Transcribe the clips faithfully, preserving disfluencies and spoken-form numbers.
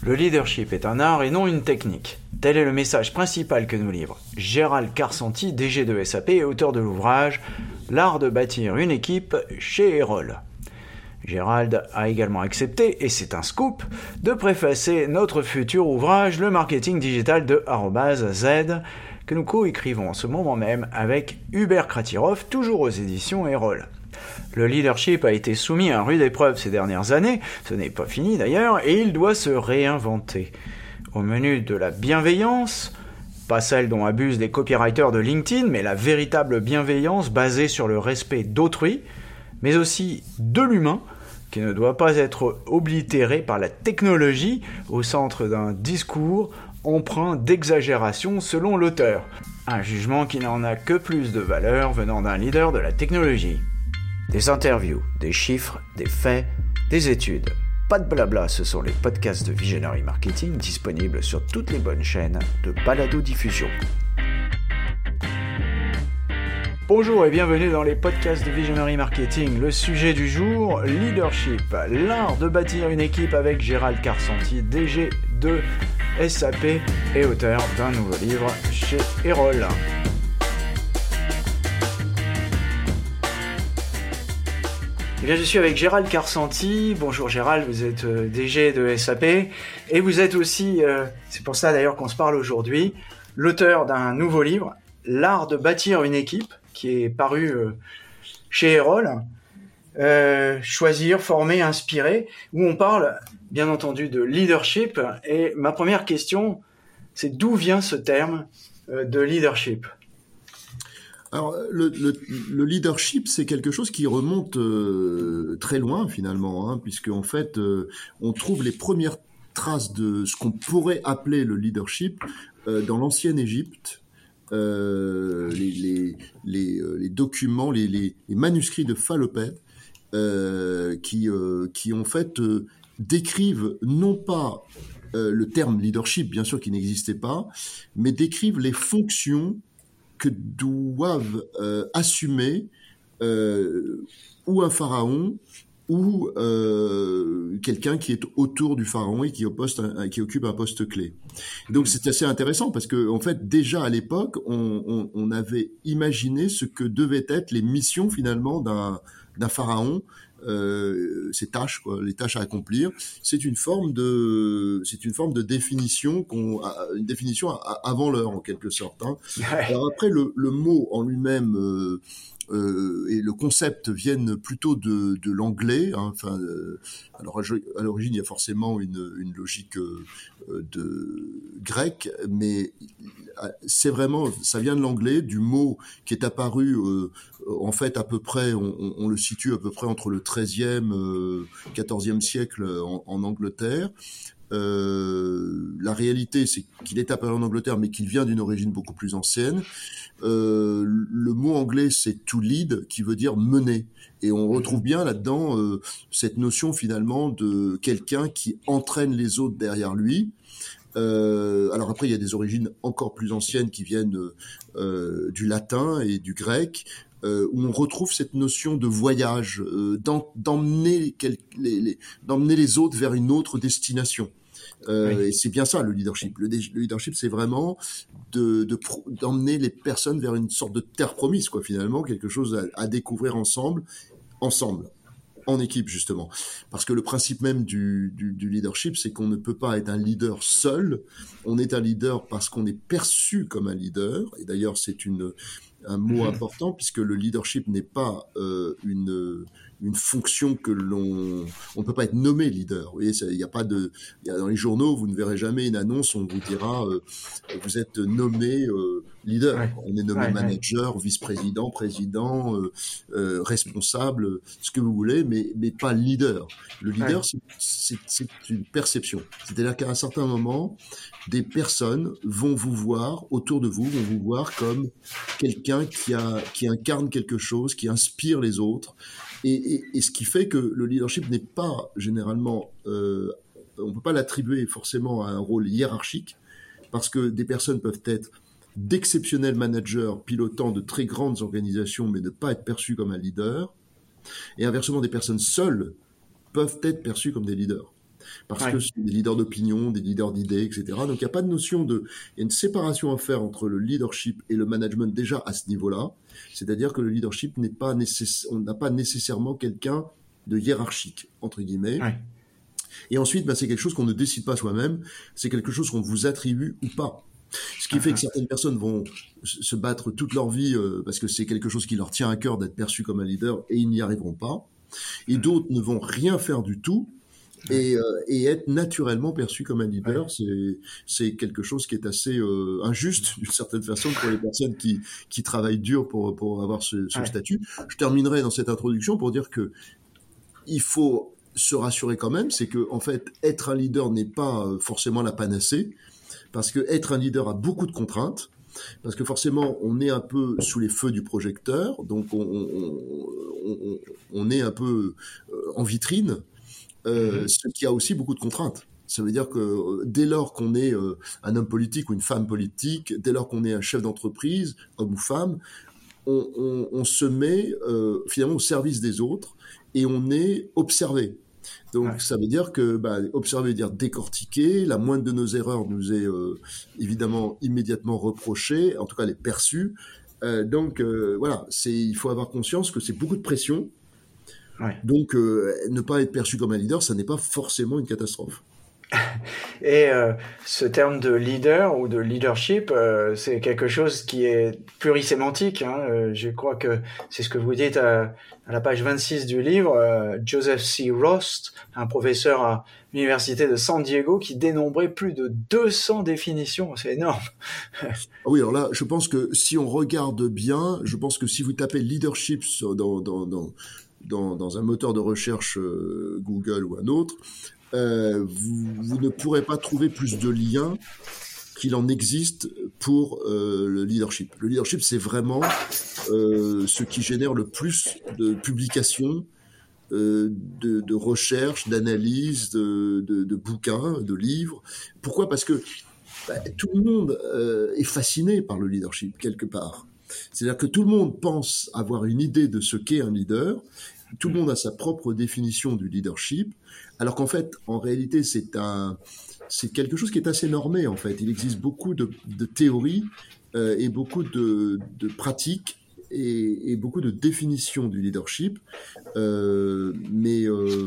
Le leadership est un art et non une technique. Tel est le message principal que nous livre Gérald Karsanti, D G de S A P et auteur de l'ouvrage « L'art de bâtir une équipe » chez Erol. Gérald a également accepté, et c'est un scoop, de préfacer notre futur ouvrage « Le marketing digital de arobase Z » que nous co-écrivons en ce moment même avec Hubert Kratirov, toujours aux éditions Erol. Le leadership a été soumis à rude épreuve ces dernières années, ce n'est pas fini d'ailleurs, et il doit se réinventer. Au menu de la bienveillance, pas celle dont abusent les copywriters de LinkedIn, mais la véritable bienveillance basée sur le respect d'autrui, mais aussi de l'humain, qui ne doit pas être oblitéré par la technologie au centre d'un discours empreint d'exagération selon l'auteur. Un jugement qui n'en a que plus de valeur venant d'un leader de la technologie. Des interviews, des chiffres, des faits, des études. Pas de blabla, ce sont les podcasts de Visionary Marketing disponibles sur toutes les bonnes chaînes de balado-diffusion. Bonjour et bienvenue dans les podcasts de Visionary Marketing. Le sujet du jour, leadership, l'art de bâtir une équipe avec Gérald Karsanti, D G de S A P et auteur d'un nouveau livre chez Erol. Eh bien, je suis avec Gérald Karsanti. Bonjour Gérald, vous êtes euh, D G de S A P et vous êtes aussi, euh, c'est pour ça d'ailleurs qu'on se parle aujourd'hui, l'auteur d'un nouveau livre, L'art de bâtir une équipe, qui est paru euh, chez Erol. Euh, choisir, former, inspirer, où on parle bien entendu de leadership. Et ma première question, c'est d'où vient ce terme euh, de leadership ? Alors, le, le, le leadership, c'est quelque chose qui remonte euh, très loin, finalement, hein, puisque en fait, euh, on trouve les premières traces de ce qu'on pourrait appeler le leadership euh, dans l'ancienne Égypte. Euh, les, les, les, les documents, les, les, les manuscrits de Phalopède, euh, qui, euh, qui en fait euh, décrivent non pas euh, le terme leadership, bien sûr, qui n'existait pas, mais décrivent les fonctions que doivent euh, assumer euh, ou un pharaon ou euh, quelqu'un qui est autour du pharaon et qui, au poste, un, qui occupe un poste clé. Donc c'est assez intéressant parce que en fait déjà à l'époque on, on, on avait imaginé ce que devaient être les missions finalement d'un, d'un pharaon. Euh, ces tâches, quoi, les tâches à accomplir, c'est une forme de, c'est une forme de définition qu'on, une définition avant l'heure en quelque sorte. Hein. Alors après le, le mot en lui-même euh, euh, et le concept viennent plutôt de, de l'anglais. Hein, enfin, euh, alors à l'origine il y a forcément une, une logique euh, de grec, mais c'est vraiment, ça vient de l'anglais, du mot qui est apparu, euh, en fait, à peu près, on, on le situe à peu près entre le treizième, euh, quatorzième siècle en, en Angleterre. Euh, la réalité, c'est qu'il est apparu en Angleterre, mais qu'il vient d'une origine beaucoup plus ancienne. Euh, le mot anglais, c'est to lead, qui veut dire mener. Et on retrouve bien là-dedans euh, cette notion, finalement, de quelqu'un qui entraîne les autres derrière lui. Euh, alors après, il y a des origines encore plus anciennes qui viennent euh, du latin et du grec, euh, où on retrouve cette notion de voyage, euh, d'en, d'emmener, quel, les, les, d'emmener les autres vers une autre destination. Euh, oui. Et c'est bien ça le leadership. Le, le leadership, c'est vraiment de, de, d'emmener les personnes vers une sorte de terre promise, quoi, finalement, quelque chose à, à découvrir ensemble, ensemble. En équipe, justement. Parce que le principe même du, du, du leadership, c'est qu'on ne peut pas être un leader seul. On est un leader parce qu'on est perçu comme un leader. Et d'ailleurs, c'est une, un mot important, puisque le leadership n'est pas euh, une, une fonction que l'on... On ne peut pas être nommé leader. Vous voyez, il n'y a pas de... Y a, dans les journaux, vous ne verrez jamais une annonce où on vous dira euh, vous êtes nommé euh, leader. Ouais. On est nommé ouais, manager, ouais. vice-président, président, euh, euh, responsable, ce que vous voulez, mais, mais pas leader. Le leader, ouais. c'est, c'est, c'est une perception. C'est-à-dire qu'à un certain moment, des personnes vont vous voir, autour de vous, vont vous voir comme quelqu'un qui, a, qui incarne quelque chose, qui inspire les autres. Et, et, et ce qui fait que le leadership n'est pas généralement, euh, on ne peut pas l'attribuer forcément à un rôle hiérarchique, parce que des personnes peuvent être d'exceptionnels managers pilotant de très grandes organisations, mais ne pas être perçues comme un leader. Et inversement, des personnes seules peuvent être perçues comme des leaders. parce Ouais. que c'est des leaders d'opinion, des leaders d'idées, et cetera. Donc il n'y a pas de notion de... Il y a une séparation à faire entre le leadership et le management déjà à ce niveau-là. C'est-à-dire que le leadership n'est pas nécessaire, on n'a pas nécessairement quelqu'un de hiérarchique, entre guillemets. Ouais. Et ensuite, ben, c'est quelque chose qu'on ne décide pas soi-même, c'est quelque chose qu'on vous attribue ou pas. Ce qui fait que certaines personnes vont se battre toute leur vie euh, parce que c'est quelque chose qui leur tient à cœur d'être perçu comme un leader et ils n'y arriveront pas. Et d'autres ne vont rien faire du tout et, euh, et être naturellement perçus comme un leader. Ouais. C'est, c'est quelque chose qui est assez euh, injuste d'une certaine façon pour les personnes qui, qui travaillent dur pour, pour avoir ce, ce ouais. statut. Je terminerai dans cette introduction pour dire que il faut se rassurer quand même, c'est que en fait, être un leader n'est pas forcément la panacée. Parce que être un leader a beaucoup de contraintes, parce que forcément on est un peu sous les feux du projecteur, donc on, on, on, on est un peu en vitrine, euh, mmh. ce qui a aussi beaucoup de contraintes. Ça veut dire que dès lors qu'on est un homme politique ou une femme politique, dès lors qu'on est un chef d'entreprise, homme ou femme, on, on, on se met euh, finalement au service des autres et on est observé. Donc ouais. ça veut dire que bah, observer veut dire décortiquer, la moindre de nos erreurs nous est euh, évidemment immédiatement reprochée, en tout cas elle est perçue. Euh, donc euh, voilà, c'est, il faut avoir conscience que c'est beaucoup de pression. Ouais. Donc euh, ne pas être perçu comme un leader, ça n'est pas forcément une catastrophe. Et euh, ce terme de leader ou de leadership, euh, c'est quelque chose qui est plurisémantique. Hein. Euh, je crois que c'est ce que vous dites à, à la page vingt-six du livre. Euh, Joseph C. Rost, un professeur à l'université de San Diego, qui dénombrait plus de deux cents définitions. C'est énorme. Oui, alors là, je pense que si on regarde bien, je pense que si vous tapez leadership dans, dans, dans, dans, dans un moteur de recherche euh, Google ou un autre, Euh, vous, vous ne pourrez pas trouver plus de liens qu'il en existe pour euh, le leadership. Le leadership, c'est vraiment euh, ce qui génère le plus de publications, euh, de, de recherches, d'analyses, de, de, de bouquins, de livres. Pourquoi ? Parce que bah, tout le monde euh, est fasciné par le leadership, quelque part. C'est-à-dire que tout le monde pense avoir une idée de ce qu'est un leader. Tout le monde a sa propre définition du leadership, alors qu'en fait, en réalité, c'est un, c'est quelque chose qui est assez normé, en fait. Il existe beaucoup de, de théories euh, et beaucoup de, de pratiques et, et beaucoup de définitions du leadership, euh, mais... Euh,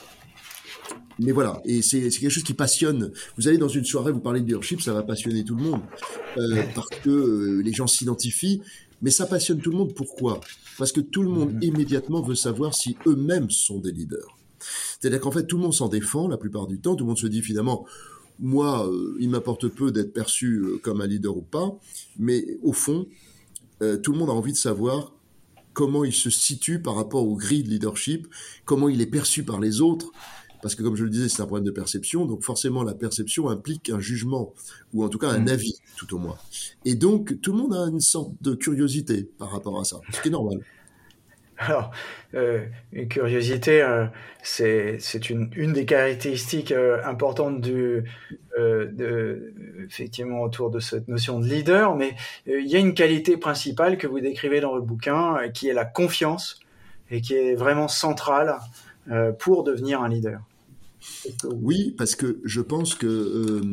Mais voilà, et c'est, c'est quelque chose qui passionne. Vous allez dans une soirée, vous parlez de leadership, ça va passionner tout le monde, euh, parce que euh, les gens s'identifient, mais ça passionne tout le monde. Pourquoi ? Parce que tout le monde mmh. immédiatement veut savoir si eux-mêmes sont des leaders. C'est-à-dire qu'en fait, tout le monde s'en défend la plupart du temps, tout le monde se dit finalement, moi, euh, il m'importe peu d'être perçu euh, comme un leader ou pas, mais au fond, euh, tout le monde a envie de savoir comment il se situe par rapport aux grilles de leadership, comment il est perçu par les autres, parce que comme je le disais, c'est un problème de perception, donc forcément la perception implique un jugement, ou en tout cas un avis, tout au moins. Et donc tout le monde a une sorte de curiosité par rapport à ça, ce qui est normal. Alors, euh, une curiosité, euh, c'est, c'est une, une des caractéristiques euh, importantes du, euh, de, effectivement, autour de cette notion de leader, mais euh, il y a une qualité principale que vous décrivez dans votre bouquin, euh, qui est la confiance, et qui est vraiment centrale euh, pour devenir un leader. Oui, parce que je pense que euh,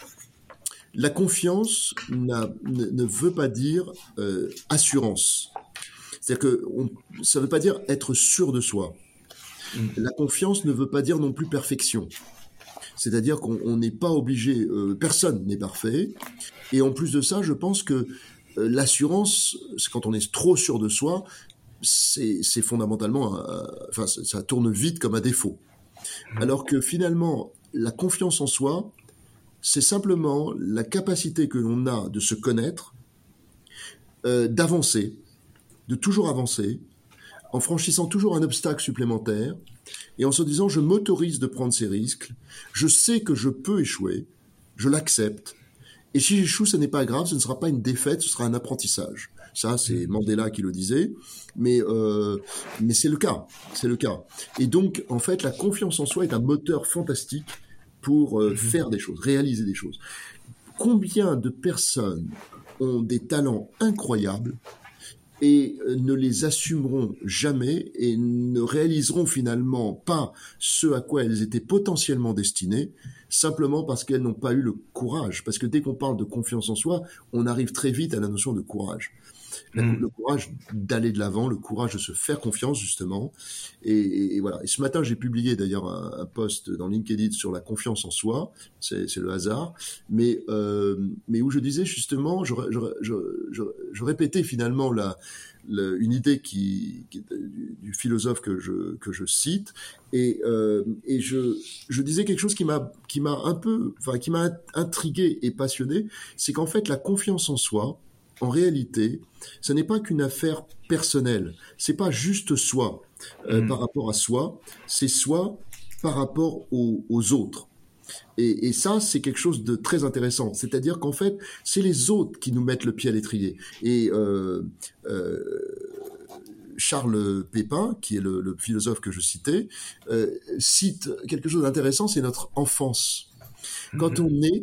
la confiance n'a, ne, ne veut pas dire euh, assurance. C'est-à-dire que on, ça ne veut pas dire être sûr de soi. Mmh. La confiance ne veut pas dire non plus perfection. C'est-à-dire qu'on n'est pas obligé, euh, personne n'est parfait. Et en plus de ça, je pense que euh, l'assurance, c'est quand on est trop sûr de soi, c'est, c'est fondamentalement, un, enfin, ça, ça tourne vite comme un défaut. Mmh. Alors que finalement, la confiance en soi, c'est simplement la capacité que l'on a de se connaître, euh, d'avancer, de toujours avancer, en franchissant toujours un obstacle supplémentaire, et en se disant, je m'autorise de prendre ces risques, je sais que je peux échouer, je l'accepte, et si j'échoue, ce n'est pas grave, ce ne sera pas une défaite, ce sera un apprentissage. Ça, c'est Mandela qui le disait, mais, euh, mais c'est le cas, c'est le cas. Et donc, en fait, la confiance en soi est un moteur fantastique pour euh, faire des choses, réaliser des choses. Combien de personnes ont des talents incroyables et ne les assumeront jamais et ne réaliseront finalement pas ce à quoi elles étaient potentiellement destinées, simplement parce qu'elles n'ont pas eu le courage. Parce que dès qu'on parle de confiance en soi, on arrive très vite à la notion de courage. Mmh. Le courage d'aller de l'avant, le courage de se faire confiance, justement. Et, et, et voilà. Et ce matin, j'ai publié d'ailleurs un, un post dans LinkedIn sur la confiance en soi. C'est, c'est le hasard. Mais, euh, mais où je disais justement, je, je, je, je, je répétais finalement la, la, une idée qui, qui, du, du philosophe que je, que je cite. Et, euh, et je, je disais quelque chose qui m'a, qui m'a un peu, enfin, qui m'a intrigué et passionné. C'est qu'en fait, la confiance en soi, en réalité, ce n'est pas qu'une affaire personnelle. C'est pas juste soi euh, mmh. par rapport à soi, c'est soi par rapport aux, aux autres. Et, et ça, c'est quelque chose de très intéressant. C'est-à-dire qu'en fait, c'est les autres qui nous mettent le pied à l'étrier. Et euh, euh, Charles Pépin, qui est le, le philosophe que je citais, euh, cite quelque chose d'intéressant, c'est notre enfance. Quand mmh. on est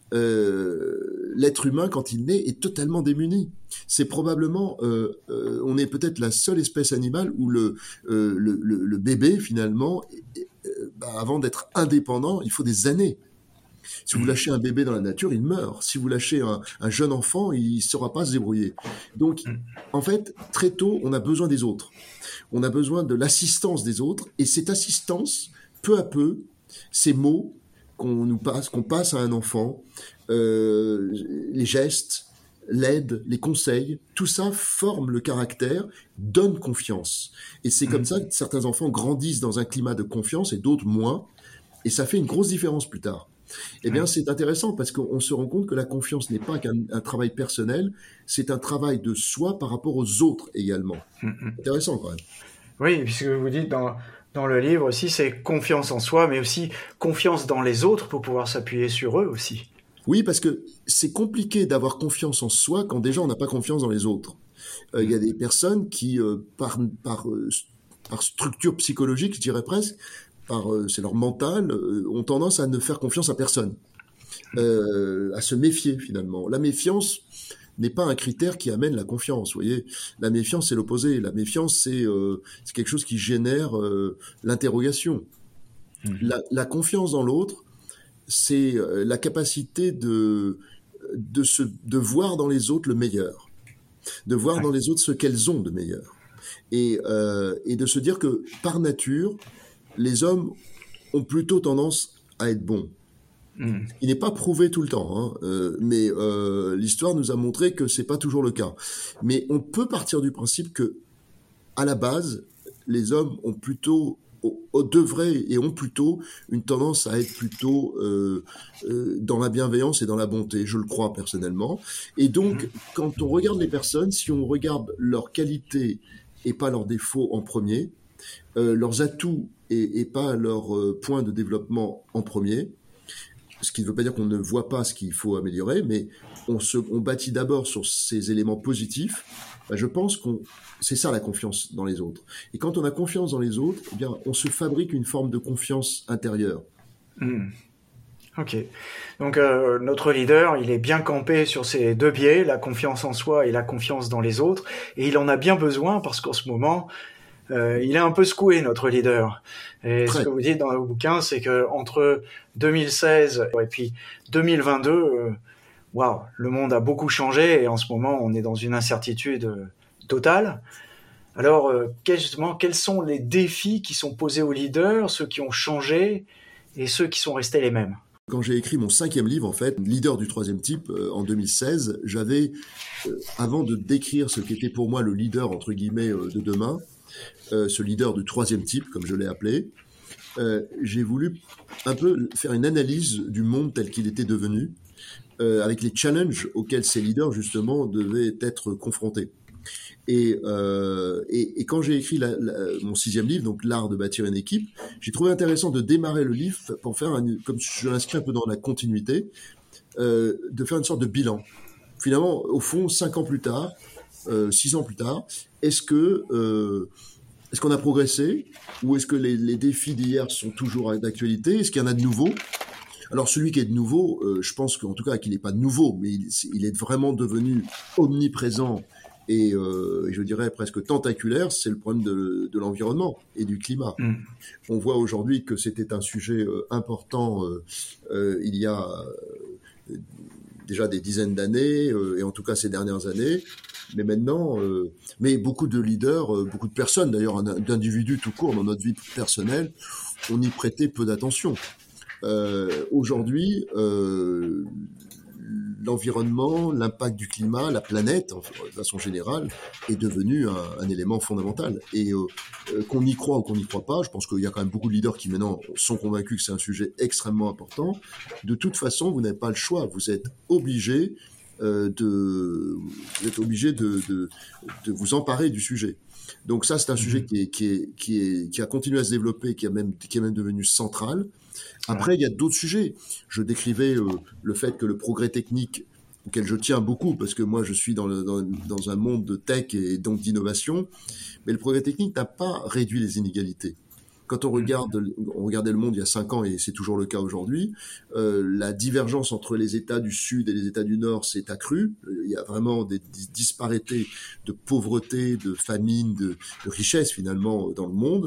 Euh, l'être humain, quand il naît, est totalement démuni. C'est probablement, euh, euh, on est peut-être la seule espèce animale où le, euh, le, le, le bébé, finalement, euh, bah, avant d'être indépendant, il faut des années. Si vous lâchez un bébé dans la nature, il meurt. Si vous lâchez un, un jeune enfant, il ne saura pas se débrouiller. Donc, en fait, très tôt, on a besoin des autres. On a besoin de l'assistance des autres. Et cette assistance, peu à peu, ces mots qu'on nous passe, qu'on passe à un enfant, euh, les gestes, l'aide, les conseils, tout ça forme le caractère, donne confiance. Et c'est mmh. comme ça que certains enfants grandissent dans un climat de confiance et d'autres moins. Et ça fait une grosse différence plus tard. Eh bien, mmh. c'est intéressant parce qu'on se rend compte que la confiance n'est pas qu'un un travail personnel, c'est un travail de soi par rapport aux autres également. Mmh. Intéressant quand même. Oui, puisque vous dites dans... Dans le livre aussi, c'est confiance en soi, mais aussi confiance dans les autres pour pouvoir s'appuyer sur eux aussi. Oui, parce que c'est compliqué d'avoir confiance en soi quand déjà on n'a pas confiance dans les autres. Euh, il y a des personnes qui, euh, par, par, euh, par structure psychologique, je dirais presque, par euh, c'est leur mental, euh, ont tendance à ne faire confiance à personne, euh, à se méfier finalement. La méfiance n'est pas un critère qui amène la confiance, vous voyez. La méfiance, c'est l'opposé. La méfiance, c'est, euh, c'est quelque chose qui génère euh, l'interrogation. Mmh. La, la confiance dans l'autre, c'est euh, la capacité de, de, se, de voir dans les autres le meilleur, de voir ouais. dans les autres ce qu'elles ont de meilleur. Et, euh, et de se dire que, par nature, les hommes ont plutôt tendance à être bons. Mmh. Il n'est pas prouvé tout le temps, hein, euh, mais euh, l'histoire nous a montré que c'est pas toujours le cas. Mais on peut partir du principe que, à la base, les hommes ont plutôt, devraient et ont plutôt une tendance à être plutôt euh, euh, dans la bienveillance et dans la bonté. Je le crois personnellement. Et donc, mmh. quand on regarde les personnes, si on regarde leurs qualités et pas leurs défauts en premier, euh, leurs atouts et, et pas leurs euh, points de développement en premier. Ce qui ne veut pas dire qu'on ne voit pas ce qu'il faut améliorer, mais on, se, on bâtit d'abord sur ces éléments positifs. Ben je pense que c'est ça la confiance dans les autres. Et quand on a confiance dans les autres, eh bien, on se fabrique une forme de confiance intérieure. Mmh. Ok. Donc euh, notre leader, il est bien campé sur ces deux biais, la confiance en soi et la confiance dans les autres. Et il en a bien besoin parce qu'en ce moment, Euh, il est un peu secoué, notre leader. Et Très. Ce que vous dites dans le bouquin, c'est que entre deux mille seize et puis deux mille vingt-deux, waouh, wow, le monde a beaucoup changé et en ce moment, on est dans une incertitude euh, totale. Alors, euh, justement, quels sont les défis qui sont posés aux leaders, ceux qui ont changé et ceux qui sont restés les mêmes? Quand j'ai écrit mon cinquième livre, en fait, Leader du troisième type, euh, en deux mille seize, j'avais, euh, avant de décrire ce qu'était pour moi le leader, entre guillemets, euh, de demain, Euh, ce leader du troisième type, comme je l'ai appelé, euh, j'ai voulu un peu faire une analyse du monde tel qu'il était devenu, euh, avec les challenges auxquels ces leaders, justement, devaient être confrontés. Et, euh, et, et quand j'ai écrit la, la, mon sixième livre, donc L'art de bâtir une équipe, j'ai trouvé intéressant de démarrer le livre pour faire, un, comme je l'inscris un peu dans la continuité, euh, de faire une sorte de bilan. Finalement, au fond, cinq ans plus tard, euh, six ans plus tard, est-ce que euh, est-ce qu'on a progressé ou est-ce que les, les défis d'hier sont toujours d'actualité? Est-ce qu'il y en a de nouveaux? Alors celui qui est de nouveau, euh, je pense qu'en tout cas qu'il n'est pas de nouveau, mais il, il est vraiment devenu omniprésent et, euh, et je dirais presque tentaculaire, c'est le problème de, de l'environnement et du climat. Mm. On voit aujourd'hui que c'était un sujet euh, important euh, euh, il y a euh, déjà des dizaines d'années, euh, et en tout cas ces dernières années. Mais maintenant, euh, mais beaucoup de leaders, euh, beaucoup de personnes, d'ailleurs d'individus tout court dans notre vie personnelle, on y prêtait peu d'attention. Euh, aujourd'hui, euh, l'environnement, l'impact du climat, la planète, de façon générale, est devenu un, un élément fondamental. Et euh, qu'on y croit ou qu'on n'y croit pas, je pense qu'il y a quand même beaucoup de leaders qui maintenant sont convaincus que c'est un sujet extrêmement important. De toute façon, vous n'avez pas le choix. Vous êtes obligé euh, de, vous êtes obligé de, de, de vous emparer du sujet. Donc ça, c'est un sujet qui, est, qui, est, qui, est, qui a continué à se développer, qui, a même, qui est même devenu central. Après, il y a d'autres sujets. Je décrivais euh, le fait que le progrès technique, auquel je tiens beaucoup, parce que moi, je suis dans, le, dans, dans un monde de tech et donc d'innovation, mais le progrès technique n'a pas réduit les inégalités. Quand on regarde, on regardait le monde il y a cinq ans, et c'est toujours le cas aujourd'hui, euh, la divergence entre les États du Sud et les États du Nord s'est accrue. Il y a vraiment des disparités de pauvreté, de famine, de, de richesse, finalement, dans le monde.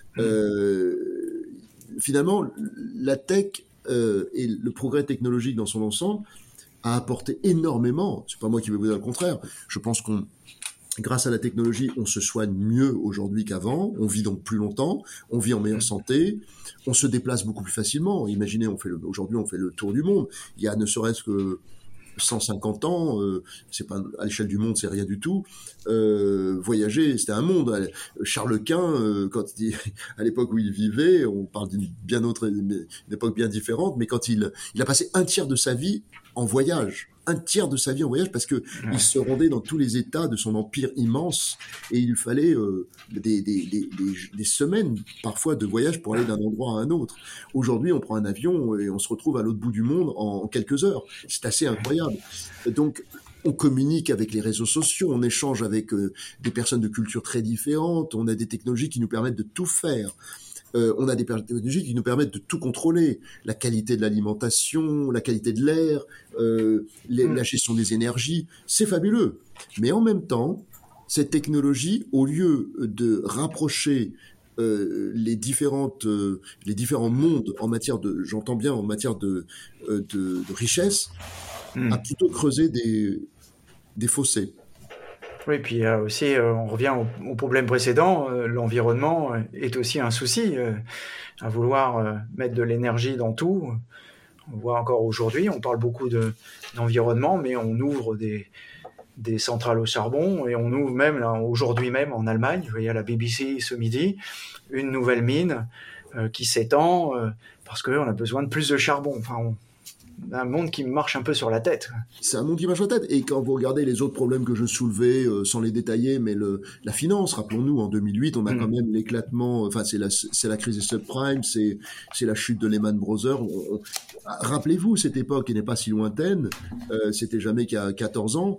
Euh, finalement, la tech euh, et le progrès technologique dans son ensemble a apporté énormément. C'est pas moi qui vais vous dire le contraire. Je pense qu'on grâce à la technologie, on se soigne mieux aujourd'hui qu'avant, on vit donc plus longtemps, on vit en meilleure santé, on se déplace beaucoup plus facilement. Imaginez, on fait le, aujourd'hui, on fait le tour du monde. Il y a ne serait-ce que cent cinquante ans, euh, c'est pas à l'échelle du monde, c'est rien du tout. Euh, voyager, c'était un monde. Charles Quint, euh, quand il, à l'époque où il vivait, on parle d'une bien autre, une époque bien différente, mais quand il, il a passé un tiers de sa vie en voyage. Un tiers de sa vie en voyage parce que ouais. il se rendait dans tous les états de son empire immense et il lui fallait euh, des, des, des, des, des semaines parfois de voyage pour aller d'un endroit à un autre. Aujourd'hui, on prend un avion et on se retrouve à l'autre bout du monde en, en quelques heures. C'est assez incroyable. Donc, on communique avec les réseaux sociaux, on échange avec euh, des personnes de cultures très différentes, on a des technologies qui nous permettent de tout faire. Euh, on a des technologies qui nous permettent de tout contrôler, la qualité de l'alimentation, la qualité de l'air, euh, les, la gestion des énergies, c'est fabuleux. Mais en même temps, cette technologie, au lieu de rapprocher euh, les différentes, euh, les différents mondes en matière de, j'entends bien en matière de, euh, de, de richesse, mm. a plutôt creusé des, des fossés. Oui, puis euh, aussi, euh, on revient au, au problème précédent, euh, l'environnement est aussi un souci, euh, à vouloir euh, mettre de l'énergie dans tout. On voit encore aujourd'hui, on parle beaucoup de, d'environnement, mais on ouvre des, des centrales au charbon, et on ouvre même, là, aujourd'hui même, en Allemagne, je voyais à la B B C ce midi, une nouvelle mine euh, qui s'étend, euh, parce qu'on a besoin de plus de charbon. Enfin, on, un monde qui marche un peu sur la tête. C'est un monde qui marche sur la tête. Et quand vous regardez les autres problèmes que je soulevais, euh, sans les détailler, mais le, la finance, rappelons-nous, en deux mille huit, on a mmh. quand même l'éclatement, enfin, c'est la, c'est la crise des subprimes, c'est, c'est la chute de Lehman Brothers. On, on, rappelez-vous, cette époque, qui n'est pas si lointaine, euh, c'était jamais qu'il y a quatorze ans,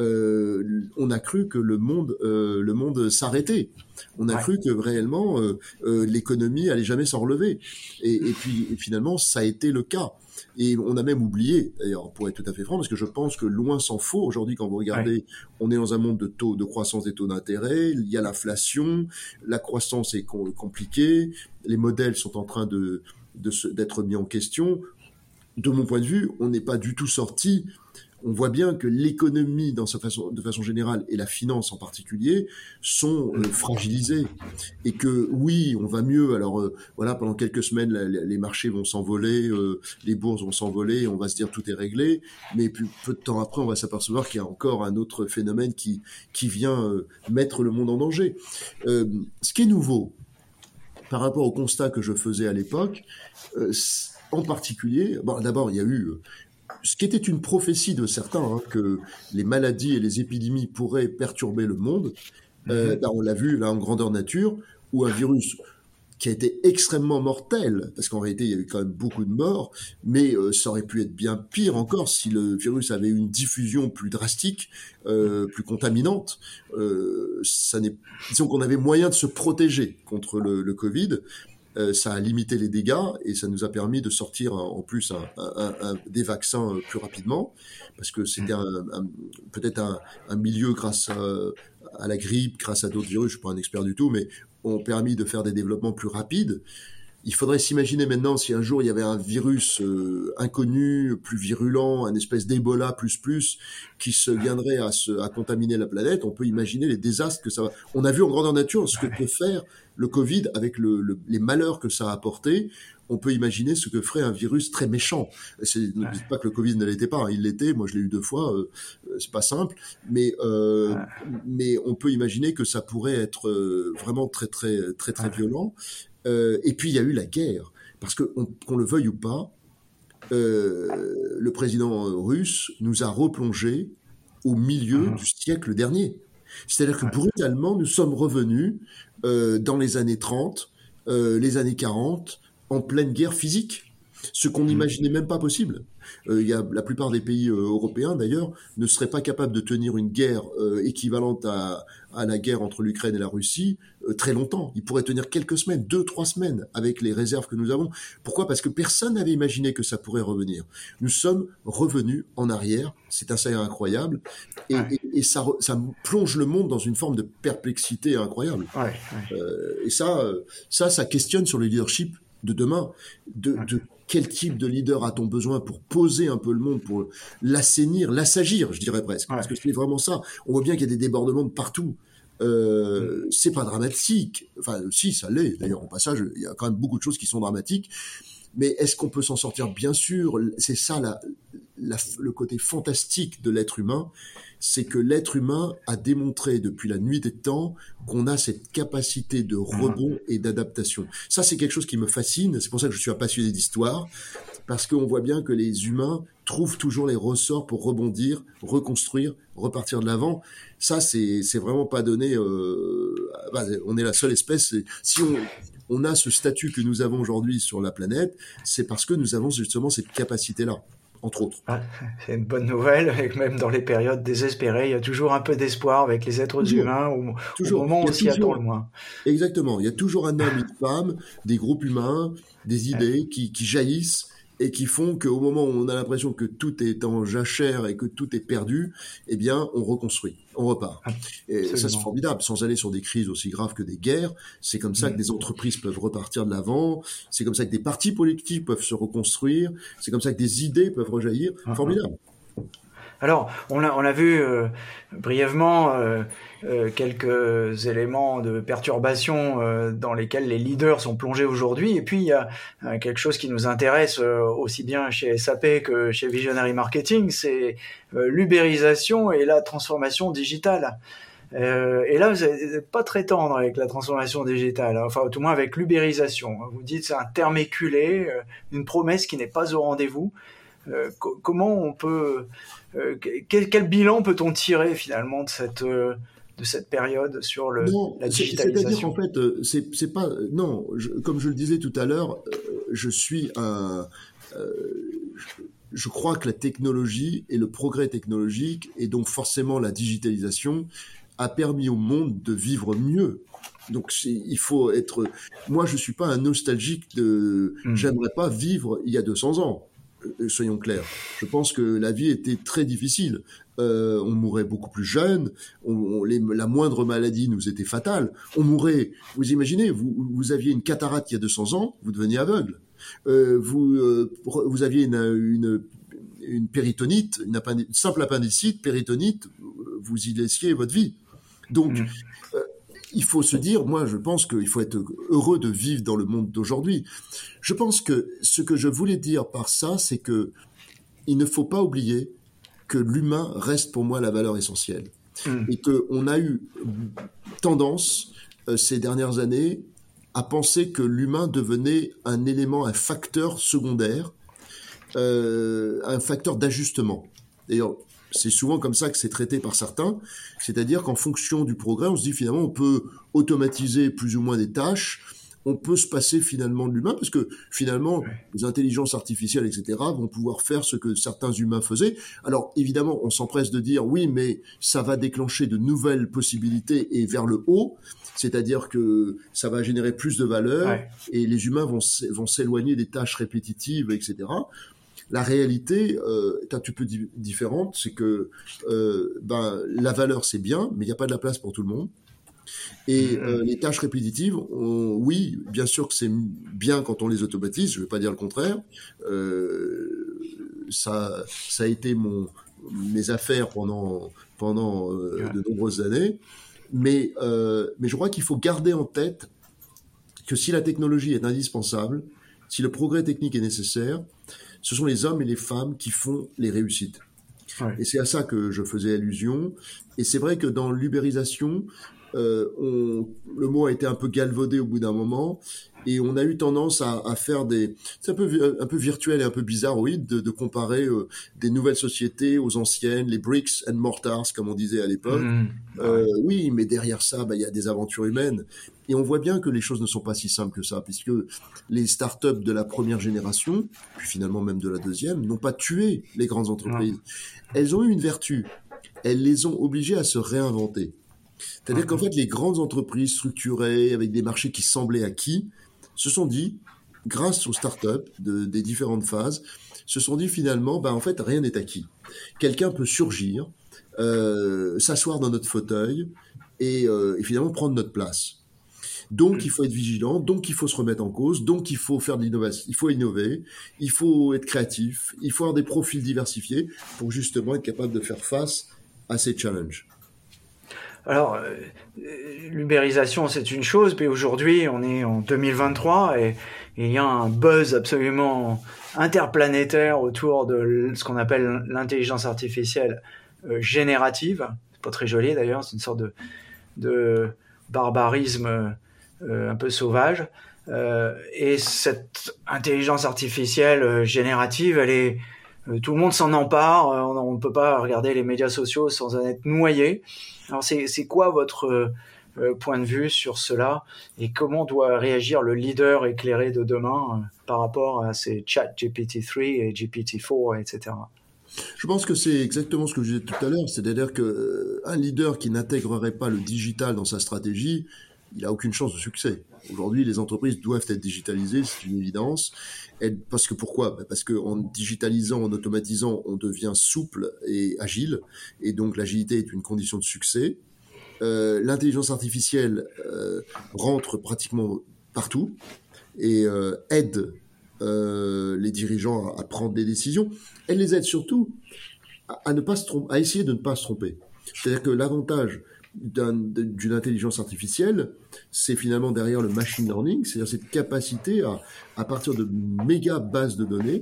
euh, on a cru que le monde, euh, le monde s'arrêtait. On a ouais. cru que réellement, euh, euh, l'économie allait jamais s'en relever. Et, et puis, et finalement, ça a été le cas. Et on a même oublié, d'ailleurs, pour être tout à fait franc, parce que je pense que loin s'en faut, aujourd'hui, quand vous regardez, ouais. on est dans un monde de taux de croissance des taux d'intérêt, il y a l'inflation, la croissance est compliquée, les modèles sont en train de, de se, d'être mis en question. De mon point de vue, on n'est pas du tout sorti. On voit bien que l'économie, dans sa façon, de façon générale, et la finance en particulier, sont euh, fragilisées. Et que oui, on va mieux. Alors euh, voilà, pendant quelques semaines, la, la, les marchés vont s'envoler, euh, les bourses vont s'envoler, on va se dire tout est réglé. Mais puis, peu de temps après, on va s'apercevoir qu'il y a encore un autre phénomène qui qui vient euh, mettre le monde en danger. Euh, ce qui est nouveau par rapport au constat que je faisais à l'époque, euh, en particulier, bon, d'abord il y a eu euh, ce qui était une prophétie de certains, hein, que les maladies et les épidémies pourraient perturber le monde, euh, ben on l'a vu là en grandeur nature, où un virus qui a été extrêmement mortel, parce qu'en réalité il y a eu quand même beaucoup de morts, mais euh, ça aurait pu être bien pire encore si le virus avait eu une diffusion plus drastique, euh, plus contaminante. Euh, ça n'est, disons qu'on avait moyen de se protéger contre le, le Covid. euh, ça a limité les dégâts et ça nous a permis de sortir en plus un, un, un, des vaccins plus rapidement, parce que c'était un, un, peut-être un, un milieu grâce à, à la grippe, grâce à d'autres virus, je ne suis pas un expert du tout, mais ont permis de faire des développements plus rapides. Il faudrait s'imaginer maintenant si un jour il y avait un virus euh, inconnu, plus virulent, un espèce d'Ebola plus plus, qui se viendrait à, se, à contaminer la planète. On peut imaginer les désastres que ça va. On a vu en grandeur nature ce que peut faire le Covid avec le, le, les malheurs que ça a apporté. On peut imaginer ce que ferait un virus très méchant. C'est, ne dites pas que le Covid ne l'était pas, hein, il l'était. Moi, je l'ai eu deux fois. Euh, c'est pas simple, mais euh, mais on peut imaginer que ça pourrait être euh, vraiment très très très très violent. Euh, et puis il y a eu la guerre, parce que on, qu'on le veuille ou pas, euh, le président russe nous a replongé au milieu mmh. du siècle dernier. C'est-à-dire que brutalement, nous sommes revenus euh, dans les années trente, euh, les années quarante, en pleine guerre physique, ce qu'on n'imaginait même pas possible. Euh, il y a, la plupart des pays euh, européens, d'ailleurs, ne seraient pas capables de tenir une guerre euh, équivalente à, à la guerre entre l'Ukraine et la Russie euh, très longtemps. Ils pourraient tenir quelques semaines, deux, trois semaines, avec les réserves que nous avons. Pourquoi ? Parce que personne n'avait imaginé que ça pourrait revenir. Nous sommes revenus en arrière. C'est assez incroyable. Et, ouais. et, et ça, ça plonge le monde dans une forme de perplexité incroyable. Ouais, ouais. Euh, et ça, ça, ça questionne sur le leadership de demain, de, ouais. de quel type de leader a-t-on besoin pour poser un peu le monde, pour l'assainir, l'assagir, je dirais presque, ouais. parce que c'est vraiment ça. On voit bien qu'il y a des débordements de partout. Euh, mmh. C'est pas dramatique. Enfin, si, ça l'est. D'ailleurs, au passage, il y a quand même beaucoup de choses qui sont dramatiques. Mais est-ce qu'on peut s'en sortir ? Bien sûr. C'est ça la, la, le côté fantastique de l'être humain, c'est que l'être humain a démontré depuis la nuit des temps qu'on a cette capacité de rebond et d'adaptation. Ça, c'est quelque chose qui me fascine. C'est pour ça que je suis un passionné d'histoire, parce qu'on voit bien que les humains trouvent toujours les ressorts pour rebondir, reconstruire, repartir de l'avant. Ça, c'est, c'est vraiment pas donné. Euh, bah, on est la seule espèce. Si on on a ce statut que nous avons aujourd'hui sur la planète, c'est parce que nous avons justement cette capacité-là, entre autres. Ah, c'est une bonne nouvelle, et que même dans les périodes désespérées, il y a toujours un peu d'espoir avec les êtres toujours, humains, au, toujours. au moment où on s'y attend le moins. Exactement, il y a toujours un homme, une femme, des groupes humains, des idées ouais. qui, qui jaillissent, et qui font qu'au moment où on a l'impression que tout est en jachère et que tout est perdu, eh bien, on reconstruit, on repart. Et Absolument. Ça, c'est formidable, sans aller sur des crises aussi graves que des guerres. C'est comme ça mmh. que des entreprises peuvent repartir de l'avant. C'est comme ça que des partis politiques peuvent se reconstruire. C'est comme ça que des idées peuvent rejaillir. Mmh. Formidable. Alors, on a, on a vu euh, brièvement euh, euh, quelques éléments de perturbation euh, dans lesquels les leaders sont plongés aujourd'hui. Et puis, il y a euh, quelque chose qui nous intéresse euh, aussi bien chez S A P que chez Visionary Marketing, c'est euh, l'ubérisation et la transformation digitale. Euh, et là, vous n'êtes pas très tendre avec la transformation digitale, hein, enfin, tout moins avec l'ubérisation. Vous dites c'est un terme éculé, euh, une promesse qui n'est pas au rendez-vous. Euh, co- comment on peut, euh, quel, quel bilan peut-on tirer finalement de cette euh, de cette période sur le non, la digitalisation ? C'est-à-dire qu'en fait, euh, c'est c'est pas non. Je, comme je le disais tout à l'heure, euh, je suis un. Euh, je, je crois que la technologie et le progrès technologique et donc forcément la digitalisation a permis au monde de vivre mieux. Donc c'est, il faut être. Moi, je suis pas un nostalgique de. Mmh. J'aimerais pas vivre il y a deux cents ans. Soyons clairs. Je pense que la vie était très difficile. Euh, on mourait beaucoup plus jeune. On, on, les, la moindre maladie nous était fatale. On mourait. Vous imaginez, vous, vous aviez une cataracte il y a deux cents ans, vous deveniez aveugle. Euh, vous, euh, vous aviez une, une, une péritonite, une, appendicite, une simple appendicite, péritonite, vous y laissiez votre vie. Donc, mmh. euh, il faut se dire, moi, je pense qu'il faut être heureux de vivre dans le monde d'aujourd'hui. Je pense que ce que je voulais dire par ça, c'est que il ne faut pas oublier que l'humain reste pour moi la valeur essentielle. Mmh. Et qu'on a eu tendance, euh, ces dernières années, à penser que l'humain devenait un élément, un facteur secondaire, euh, un facteur d'ajustement. D'ailleurs, c'est souvent comme ça que c'est traité par certains, c'est-à-dire qu'en fonction du progrès, on se dit finalement on peut automatiser plus ou moins des tâches, on peut se passer finalement de l'humain, parce que finalement, ouais. les intelligences artificielles, et cetera, vont pouvoir faire ce que certains humains faisaient. Alors évidemment, on s'empresse de dire oui, mais ça va déclencher de nouvelles possibilités et vers le haut, c'est-à-dire que ça va générer plus de valeur ouais. et les humains vont, vont s'éloigner des tâches répétitives, et cetera. La réalité euh, est un petit peu di- différente, c'est que euh, ben, la valeur c'est bien, mais il n'y a pas de la place pour tout le monde. Et euh, les tâches répétitives, on, oui, bien sûr que c'est bien quand on les automatise, je ne vais pas dire le contraire. Euh, ça, ça a été mon, mes affaires pendant, pendant euh, ouais. de nombreuses années. Mais, euh, mais je crois qu'il faut garder en tête que si la technologie est indispensable, si le progrès technique est nécessaire, ce sont les hommes et les femmes qui font les réussites. Ouais. Et c'est à ça que je faisais allusion. Et c'est vrai que dans l'ubérisation, euh, on, le mot a été un peu galvaudé au bout d'un moment, et on a eu tendance à, à faire des... C'est un peu, un peu virtuel et un peu bizarroïde de, de comparer euh, des nouvelles sociétés aux anciennes, les bricks and mortars, comme on disait à l'époque. Mmh. Euh, oui, mais derrière ça, bah, y a des aventures humaines. Et on voit bien que les choses ne sont pas si simples que ça, puisque les startups de la première génération, puis finalement même de la deuxième, n'ont pas tué les grandes entreprises. Mmh. Elles ont eu une vertu. Elles les ont obligées à se réinventer. C'est-à-dire mmh. qu'en fait, les grandes entreprises structurées, avec des marchés qui semblaient acquis, se sont dit, grâce aux startups de, des différentes phases, se sont dit finalement, bah, en fait, rien n'est acquis. Quelqu'un peut surgir, euh, s'asseoir dans notre fauteuil et, euh, et finalement prendre notre place. Donc, mmh. il faut être vigilant, donc il faut se remettre en cause, donc il faut faire de l'innovation, il faut innover, il faut être créatif, il faut avoir des profils diversifiés pour justement être capable de faire face à ces challenges. Alors, euh, l'ubérisation, c'est une chose, mais aujourd'hui, on est en deux mille vingt-trois et il y a un buzz absolument interplanétaire autour de ce qu'on appelle l'intelligence artificielle euh, générative. C'est pas très joli d'ailleurs, c'est une sorte de, de barbarisme euh, un peu sauvage. Euh, et cette intelligence artificielle euh, générative, elle est euh, tout le monde s'en empare. Euh, on ne peut pas regarder les médias sociaux sans en être noyé. Alors c'est, c'est quoi votre euh, point de vue sur cela et comment doit réagir le leader éclairé de demain euh, par rapport à ces chat G P T trois et G P T quatre, et cetera. Je pense que c'est exactement ce que je disais tout à l'heure, c'est-à-dire qu'un leader qui n'intégrerait pas le digital dans sa stratégie, il n'a aucune chance de succès. Aujourd'hui, les entreprises doivent être digitalisées, c'est une évidence. Et parce que pourquoi ? Parce qu'en digitalisant, en automatisant, on devient souple et agile, et donc l'agilité est une condition de succès. Euh, l'intelligence artificielle euh, rentre pratiquement partout et euh, aide euh, les dirigeants à, à prendre des décisions. Elle les aide surtout à, à ne pas se tromper, à essayer de ne pas se tromper. C'est-à-dire que l'avantage d'un, d'une intelligence artificielle, c'est finalement derrière le machine learning, c'est-à-dire cette capacité à, à partir de méga bases de données,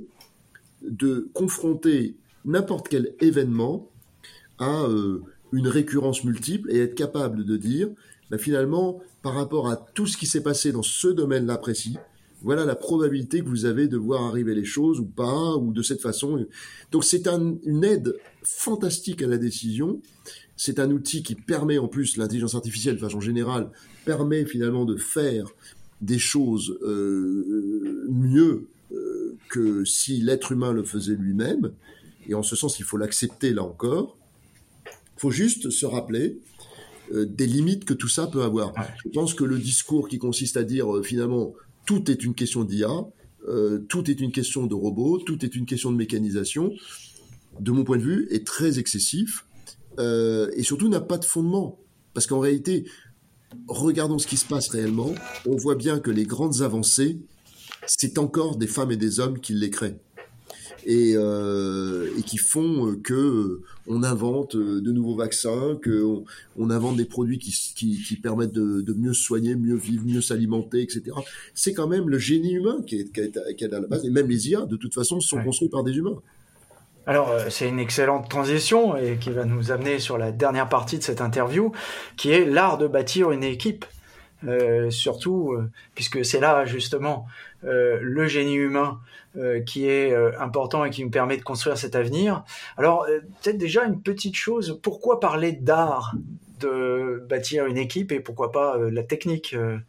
de confronter n'importe quel événement à euh, une récurrence multiple et être capable de dire, bah, finalement, par rapport à tout ce qui s'est passé dans ce domaine-là précis, voilà la probabilité que vous avez de voir arriver les choses ou pas, ou de cette façon. Donc c'est un, une aide fantastique à la décision. C'est un outil qui permet, en plus, l'intelligence artificielle, de façon générale, permet finalement de faire des choses euh, mieux euh, que si l'être humain le faisait lui-même. Et en ce sens, il faut l'accepter là encore. Il faut juste se rappeler euh, des limites que tout ça peut avoir. Ouais. Je pense que le discours qui consiste à dire, euh, finalement, tout est une question d'I A, euh, tout est une question de robots, tout est une question de mécanisation, de mon point de vue, est très excessif. Euh, et surtout n'a pas de fondement. Parce qu'en réalité, regardons ce qui se passe réellement, on voit bien que les grandes avancées, c'est encore des femmes et des hommes qui les créent. Et, euh, et qui font que euh, on invente de nouveaux vaccins, qu'on on invente des produits qui, qui, qui permettent de, de mieux se soigner, mieux vivre, mieux s'alimenter, et cetera. C'est quand même le génie humain qui est, qui est, qui est à la base. Et même les I A, de toute façon, sont ouais. construits par des humains. Alors, euh, c'est une excellente transition et qui va nous amener sur la dernière partie de cette interview, qui est l'art de bâtir une équipe. Euh, surtout, euh, puisque c'est là, justement, euh, le génie humain euh, qui est euh, important et qui nous permet de construire cet avenir. Alors, euh, peut-être déjà une petite chose, pourquoi parler d'art de bâtir une équipe et pourquoi pas euh, la technique euh,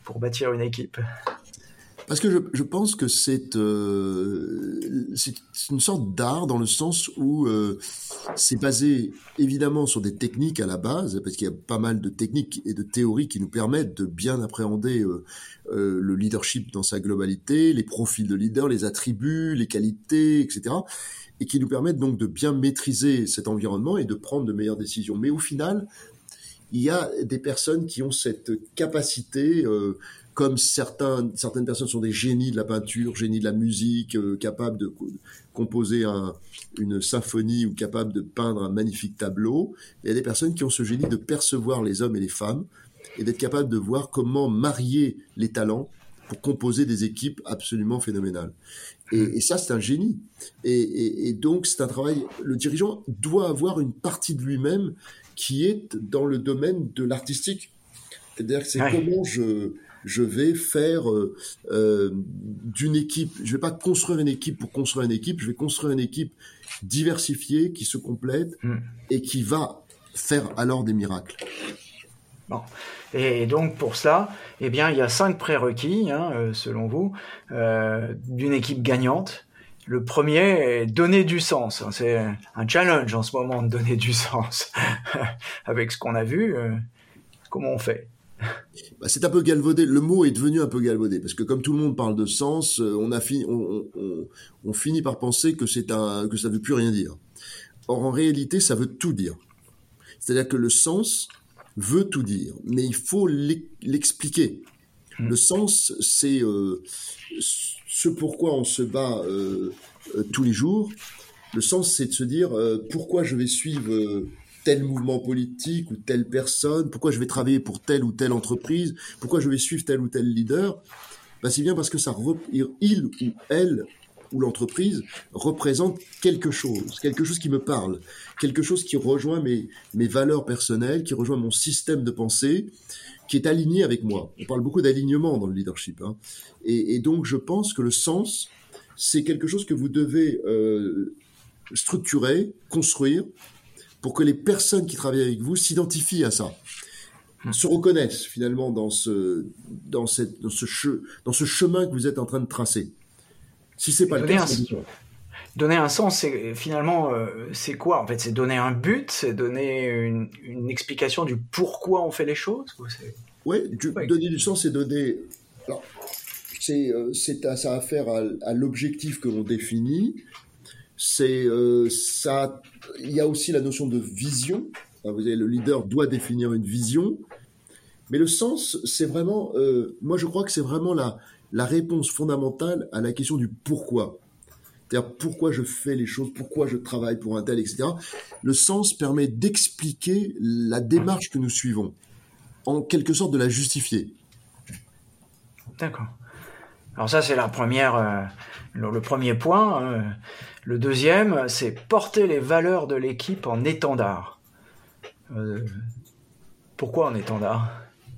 pour bâtir une équipe? Parce que je, je pense que c'est, euh, c'est une sorte d'art dans le sens où euh, c'est basé évidemment sur des techniques à la base, parce qu'il y a pas mal de techniques et de théories qui nous permettent de bien appréhender euh, euh, le leadership dans sa globalité, les profils de leader, les attributs, les qualités, et cetera, et qui nous permettent donc de bien maîtriser cet environnement et de prendre de meilleures décisions. Mais au final, il y a des personnes qui ont cette capacité, euh, comme certains, certaines personnes sont des génies de la peinture, génies de la musique, euh, capables de co- composer un, une symphonie ou capables de peindre un magnifique tableau. Il y a des personnes qui ont ce génie de percevoir les hommes et les femmes et d'être capables de voir comment marier les talents pour composer des équipes absolument phénoménales. Et, et ça, c'est un génie. Et, et, et donc, c'est un travail. Le dirigeant doit avoir une partie de lui-même qui est dans le domaine de l'artistique. C'est-à-dire que c'est Ouais. comment je, je vais faire euh, euh, d'une équipe. Je vais pas construire une équipe pour construire une équipe. Je vais construire une équipe diversifiée qui se complète Mm. et qui va faire alors des miracles. Bon. Et donc pour cela, eh bien, il y a cinq prérequis, hein, euh, selon vous, euh, d'une équipe gagnante. Le premier est donner du sens. C'est un challenge en ce moment de donner du sens. Avec ce qu'on a vu, euh, comment on fait? Bah, c'est un peu galvaudé. Le mot est devenu un peu galvaudé parce que comme tout le monde parle de sens, euh, on a fini, on, on, on finit par penser que c'est un, que ça veut plus rien dire. Or en réalité, ça veut tout dire. C'est-à-dire que le sens veut tout dire, mais il faut l'e- l'expliquer. Mm. Le sens, c'est euh, ce pourquoi on se bat euh, euh, tous les jours. Le sens, c'est de se dire euh, pourquoi je vais suivre euh, tel mouvement politique ou telle personne, pourquoi je vais travailler pour telle ou telle entreprise, pourquoi je vais suivre tel ou tel leader. Ben, c'est bien parce que ça, rep- il ou elle ou l'entreprise représente quelque chose, quelque chose qui me parle, quelque chose qui rejoint mes, mes valeurs personnelles, qui rejoint mon système de pensée, qui est aligné avec moi. On parle beaucoup d'alignement dans le leadership. Hein. Et, et donc, je pense que le sens, c'est quelque chose que vous devez euh, structurer, construire, pour que les personnes qui travaillent avec vous s'identifient à ça, se reconnaissent finalement dans ce, dans cette, dans ce, che, dans ce chemin que vous êtes en train de tracer. Si c'est pas le cas, c'est différent. Donner un sens, c'est finalement, euh, c'est quoi? En fait, c'est donner un but, c'est donner une, une explication du pourquoi on fait les choses. Oui, ouais. Donner du sens, c'est donner. Alors, c'est, euh, c'est à, ça a affaire à, à l'objectif que l'on définit. C'est euh, ça. Il y a aussi la notion de vision. Vous avez, le leader doit définir une vision, mais le sens, c'est vraiment. Euh, moi, je crois que c'est vraiment la la réponse fondamentale à la question du pourquoi. C'est-à-dire pourquoi je fais les choses, pourquoi je travaille pour un tel, et cetera. Le sens permet d'expliquer la démarche que nous suivons, en quelque sorte de la justifier. D'accord. Alors ça, c'est la première, euh, le, le premier point. Euh, le deuxième, c'est porter les valeurs de l'équipe en étendard. Euh, pourquoi en étendard?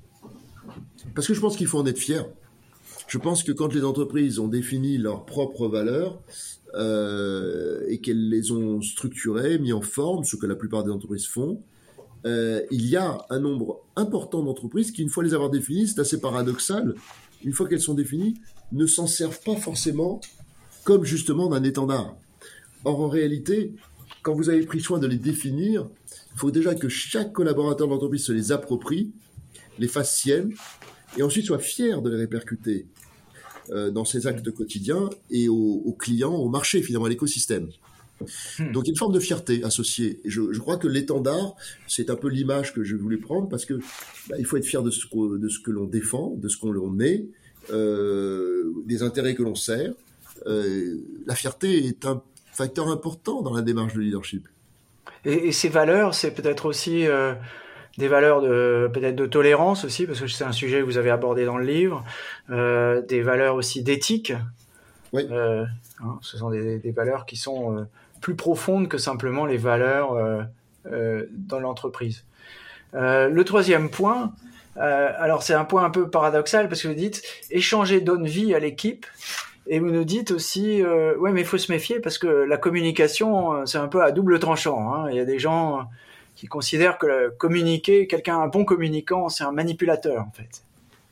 Parce que je pense qu'il faut en être fier. Je pense que quand les entreprises ont défini leurs propres valeurs euh, et qu'elles les ont structurées, mis en forme, ce que la plupart des entreprises font, euh, il y a un nombre important d'entreprises qui, une fois les avoir définies, c'est assez paradoxal, une fois qu'elles sont définies, ne s'en servent pas forcément comme justement d'un étendard. Or, en réalité, quand vous avez pris soin de les définir, il faut déjà que chaque collaborateur de l'entreprise se les approprie, les fasse siennes, et ensuite soit fier de les répercuter euh, dans ses actes quotidiens et aux, aux clients, au marché, finalement, à l'écosystème. Hmm. Donc, il y a une forme de fierté associée. Et je, je crois que l'étendard, c'est un peu l'image que je voulais prendre parce que bah, il faut être fier de ce, que, de ce que l'on défend, de ce qu'on l'on est, euh, des intérêts que l'on sert. Euh, la fierté est un facteur important dans la démarche de leadership. Et, et ces valeurs, c'est peut-être aussi... Euh... des valeurs de peut-être de tolérance aussi, parce que c'est un sujet que vous avez abordé dans le livre, euh, des valeurs aussi d'éthique. Oui. Euh, hein, ce sont des, des valeurs qui sont euh, plus profondes que simplement les valeurs euh, euh, dans l'entreprise. Euh, le troisième point, euh, alors c'est un point un peu paradoxal parce que vous dites échanger donne vie à l'équipe. Et vous nous dites aussi, euh, ouais, mais il faut se méfier parce que la communication, c'est un peu à double tranchant. Hein. Il y a des gens qui considèrent que communiquer, quelqu'un, un bon communicant, c'est un manipulateur, en fait.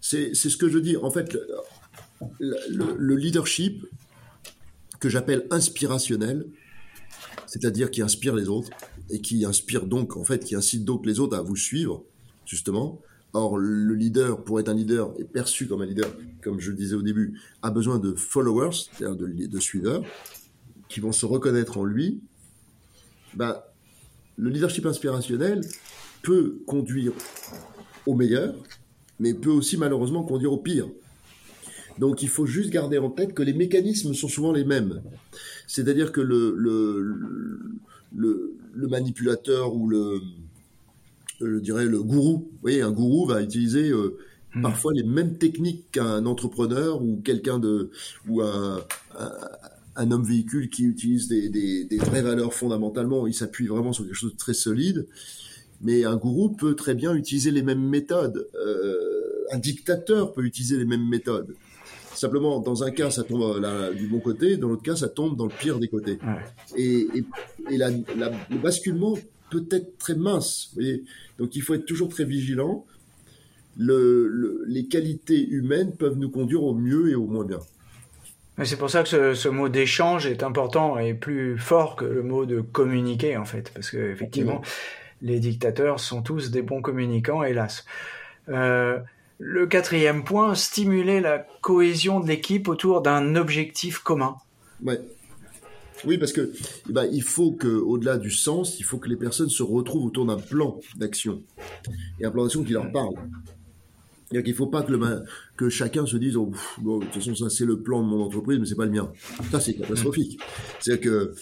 C'est, c'est ce que je dis. En fait, le, le, le leadership que j'appelle inspirationnel, c'est-à-dire qui inspire les autres et qui inspire donc, en fait, qui incite donc les autres à vous suivre, justement. Or, le leader, pour être un leader, est perçu comme un leader, comme je le disais au début, a besoin de followers, c'est-à-dire de, de suiveurs, qui vont se reconnaître en lui. Ben, le leadership inspirationnel peut conduire au meilleur, mais peut aussi malheureusement conduire au pire. Donc il faut juste garder en tête que les mécanismes sont souvent les mêmes. C'est-à-dire que le, le, le, le manipulateur ou le, je dirais le gourou, vous voyez, un gourou va utiliser euh, mmh. parfois les mêmes techniques qu'un entrepreneur ou quelqu'un de, ou un, un, un homme véhicule qui utilise des, des, des vraies valeurs fondamentalement. Il s'appuie vraiment sur quelque chose de très solide. Mais un gourou peut très bien utiliser les mêmes méthodes. Euh, un dictateur peut utiliser les mêmes méthodes. Simplement, dans un cas, ça tombe là, du bon côté, dans l'autre cas, ça tombe dans le pire des côtés. Ouais. Et, et, et la, la, le basculement peut être très mince. Vous voyez, donc, il faut être toujours très vigilant. Le, le, les qualités humaines peuvent nous conduire au mieux et au moins bien. C'est pour ça que ce, ce mot d'échange est important et plus fort que le mot de communiquer, en fait. Parce qu'effectivement, mmh. les dictateurs sont tous des bons communicants, hélas. Euh, le quatrième point, stimuler la cohésion de l'équipe autour d'un objectif commun. Ouais. Oui, parce que eh ben, il faut que, au-delà du sens, il faut que les personnes se retrouvent autour d'un plan d'action et un plan d'action qui leur parle. C'est-à-dire qu'il ne faut pas que, le, que chacun se dise oh, bon, de toute façon ça c'est le plan de mon entreprise mais c'est pas le mien. Ça c'est catastrophique. C'est-à-dire que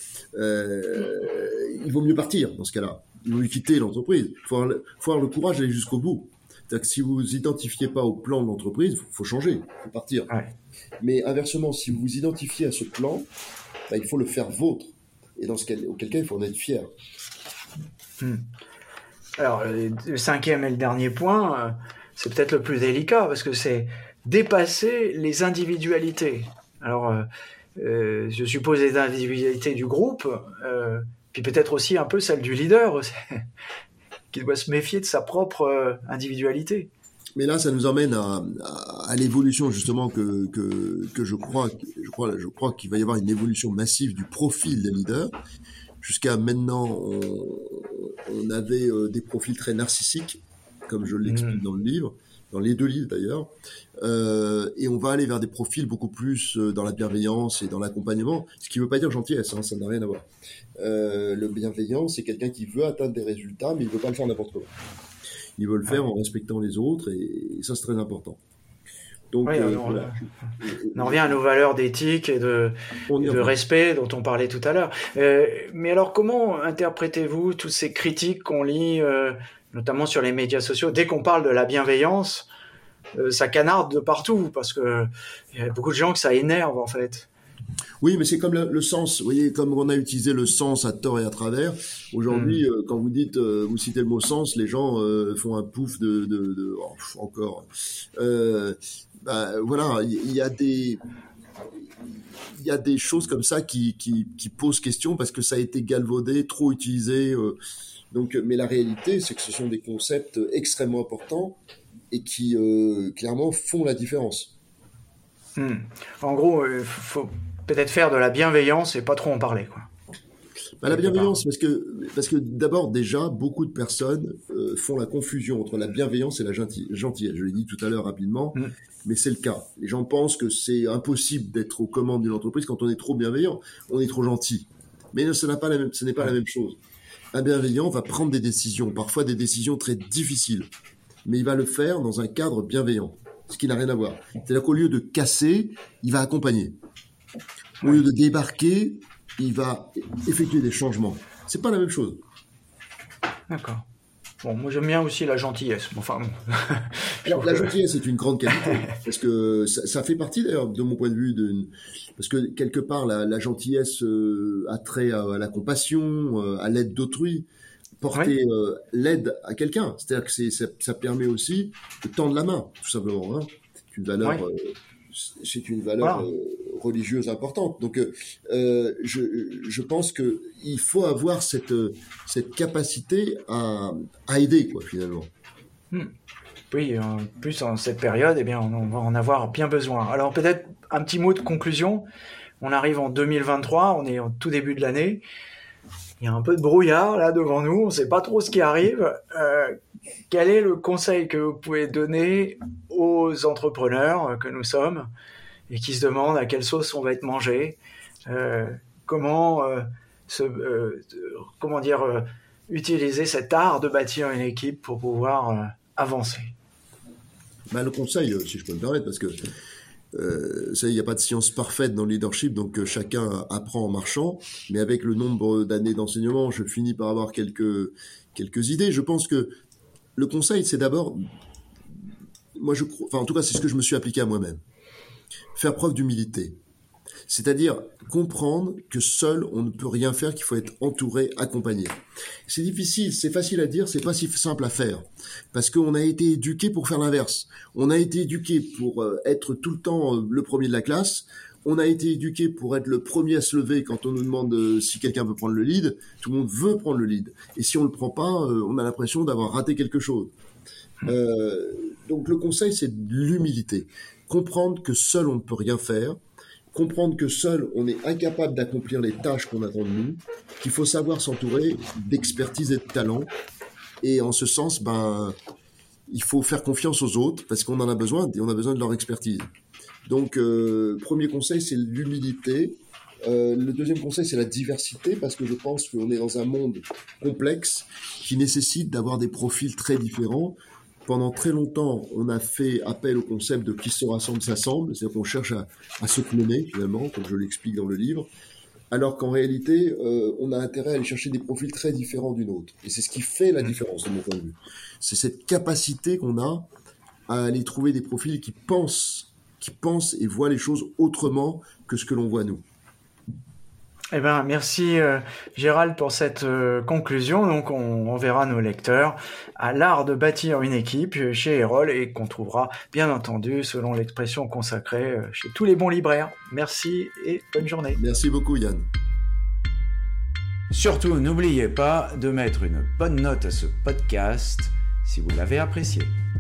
euh, il vaut mieux partir dans ce cas-là. Il vaut mieux quitter l'entreprise. Il faut, faut avoir le courage d'aller jusqu'au bout. C'est-à-dire que si vous vous identifiez pas au plan de l'entreprise, il faut, faut changer, il faut partir. Ouais. Mais inversement, si vous vous identifiez à ce plan, bah, il faut le faire vôtre. Et dans ce cas, auquel cas, il faut en être fier. Hmm. Alors, le cinquième et le dernier point, euh, c'est peut-être le plus délicat, parce que c'est dépasser les individualités. Alors, euh, euh, je suppose les individualités du groupe, euh, puis peut-être aussi un peu celle du leader, aussi, qui doit se méfier de sa propre euh, individualité. Mais là, ça nous emmène à, à, à l'évolution justement que, que, que je crois, je crois, je crois qu'il va y avoir une évolution massive du profil des leaders. Jusqu'à maintenant, on, on avait euh, des profils très narcissiques, comme je l'explique mmh. dans le livre, dans les deux livres d'ailleurs, euh, et on va aller vers des profils beaucoup plus euh, dans la bienveillance et dans l'accompagnement, ce qui ne veut pas dire gentillesse, hein, ça n'a rien à voir. Euh, le bienveillant, c'est quelqu'un qui veut atteindre des résultats, mais il ne veut pas le faire n'importe comment. Il veut le faire en respectant les autres, et, et ça c'est très important. Donc, oui, euh, on, voilà. on en revient à nos valeurs d'éthique et de, et de respect dont on parlait tout à l'heure. Euh, mais alors, comment interprétez-vous toutes ces critiques qu'on lit, euh, notamment sur les médias sociaux, dès qu'on parle de la bienveillance, euh, ça canarde de partout, parce que il y a beaucoup de gens que ça énerve, en fait. Oui, mais c'est comme le, le sens. Vous voyez, comme on a utilisé le sens à tort et à travers. Aujourd'hui, mmh. euh, quand vous dites, euh, vous citez le mot sens, les gens euh, font un pouf de, de, de oh, encore. Euh, bah, voilà, il y, y a des, il y a des choses comme ça qui, qui, qui posent question parce que ça a été galvaudé, trop utilisé. Euh, donc, mais la réalité, c'est que ce sont des concepts extrêmement importants et qui euh, clairement font la différence. Mmh. En gros, il faut peut-être faire de la bienveillance et pas trop en parler, quoi. Bah, la bienveillance, parce que, parce que d'abord, déjà, beaucoup de personnes euh, font la confusion entre la bienveillance et la gentillesse. Je l'ai dit tout à l'heure rapidement, mmh. mais c'est le cas. Les gens pensent que c'est impossible d'être aux commandes d'une entreprise quand on est trop bienveillant, on est trop gentil. Mais ce n'est pas la même, ce n'est pas la même chose. Un bienveillant va prendre des décisions, parfois des décisions très difficiles, mais il va le faire dans un cadre bienveillant, ce qui n'a rien à voir. C'est-à-dire qu'au lieu de casser, il va accompagner. Au lieu de débarquer, il va effectuer des changements. C'est pas la même chose. D'accord. Bon, moi j'aime bien aussi la gentillesse. Enfin, alors la gentillesse est une grande qualité parce que ça, ça fait partie d'ailleurs de mon point de vue de parce que quelque part la, la gentillesse euh, a trait à, à la compassion, euh, à l'aide d'autrui, porter oui. euh, l'aide à quelqu'un. C'est-à-dire que c'est, ça, ça permet aussi de tendre la main, tout simplement. Hein. C'est une valeur. Oui. Euh, c'est une valeur voilà. euh, religieuse importante. Donc, euh, je, je pense que il faut avoir cette cette capacité à, à aider, quoi, finalement. Hmm. oui, en plus en cette période, eh bien, on va en avoir bien besoin. Alors peut-être un petit mot de conclusion. On arrive en deux mille vingt-trois, on est au tout début de l'année. Il y a un peu de brouillard là devant nous, on ne sait pas trop ce qui arrive. Euh, quel est le conseil que vous pouvez donner aux entrepreneurs que nous sommes et qui se demandent à quelle sauce on va être mangé, euh, comment, euh, se, euh, comment dire, euh, utiliser cet art de bâtir une équipe pour pouvoir euh, avancer. Bah, le conseil, si je peux me permettre, parce que Euh, ça, il n'y a pas de science parfaite dans le leadership, donc euh, chacun apprend en marchant. Mais avec le nombre d'années d'enseignement, je finis par avoir quelques quelques idées. Je pense que le conseil, c'est d'abord, moi je crois, enfin en tout cas, c'est ce que je me suis appliqué à moi-même. Faire preuve d'humilité, c'est-à-dire comprendre que seul on ne peut rien faire, qu'il faut être entouré, accompagné. C'est difficile, c'est facile à dire, c'est pas si simple à faire, parce qu'on a été éduqué pour faire l'inverse. On a été éduqué pour euh, être tout le temps euh, le premier de la classe. On a été éduqué pour être le premier à se lever quand on nous demande euh, si quelqu'un veut prendre le lead. Tout le monde veut prendre le lead, et si on le prend pas, euh, on a l'impression d'avoir raté quelque chose. Euh, donc le conseil, c'est de l'humilité, comprendre que seul on ne peut rien faire. Comprendre que seul, on est incapable d'accomplir les tâches qu'on attend de nous, qu'il faut savoir s'entourer d'expertise et de talent. Et en ce sens, ben, il faut faire confiance aux autres parce qu'on en a besoin et on a besoin de leur expertise. Donc, euh, premier conseil, c'est l'humilité. Euh, le deuxième conseil, c'est la diversité parce que je pense qu'on est dans un monde complexe qui nécessite d'avoir des profils très différents. Pendant très longtemps, on a fait appel au concept de qui se rassemble s'assemble, c'est-à-dire qu'on cherche à, à se cloner finalement, comme je l'explique dans le livre, alors qu'en réalité, euh, on a intérêt à aller chercher des profils très différents du nôtre. Et c'est ce qui fait la différence de mon point de vue. C'est cette capacité qu'on a à aller trouver des profils qui pensent, qui pensent et voient les choses autrement que ce que l'on voit nous. Eh ben, merci euh, Gérald pour cette euh, conclusion. Donc, on enverra nos lecteurs à l'art de bâtir une équipe chez Erol et qu'on trouvera, bien entendu, selon l'expression consacrée, euh, chez tous les bons libraires. Merci et bonne journée. Merci beaucoup, Yann. Surtout, n'oubliez pas de mettre une bonne note à ce podcast si vous l'avez apprécié.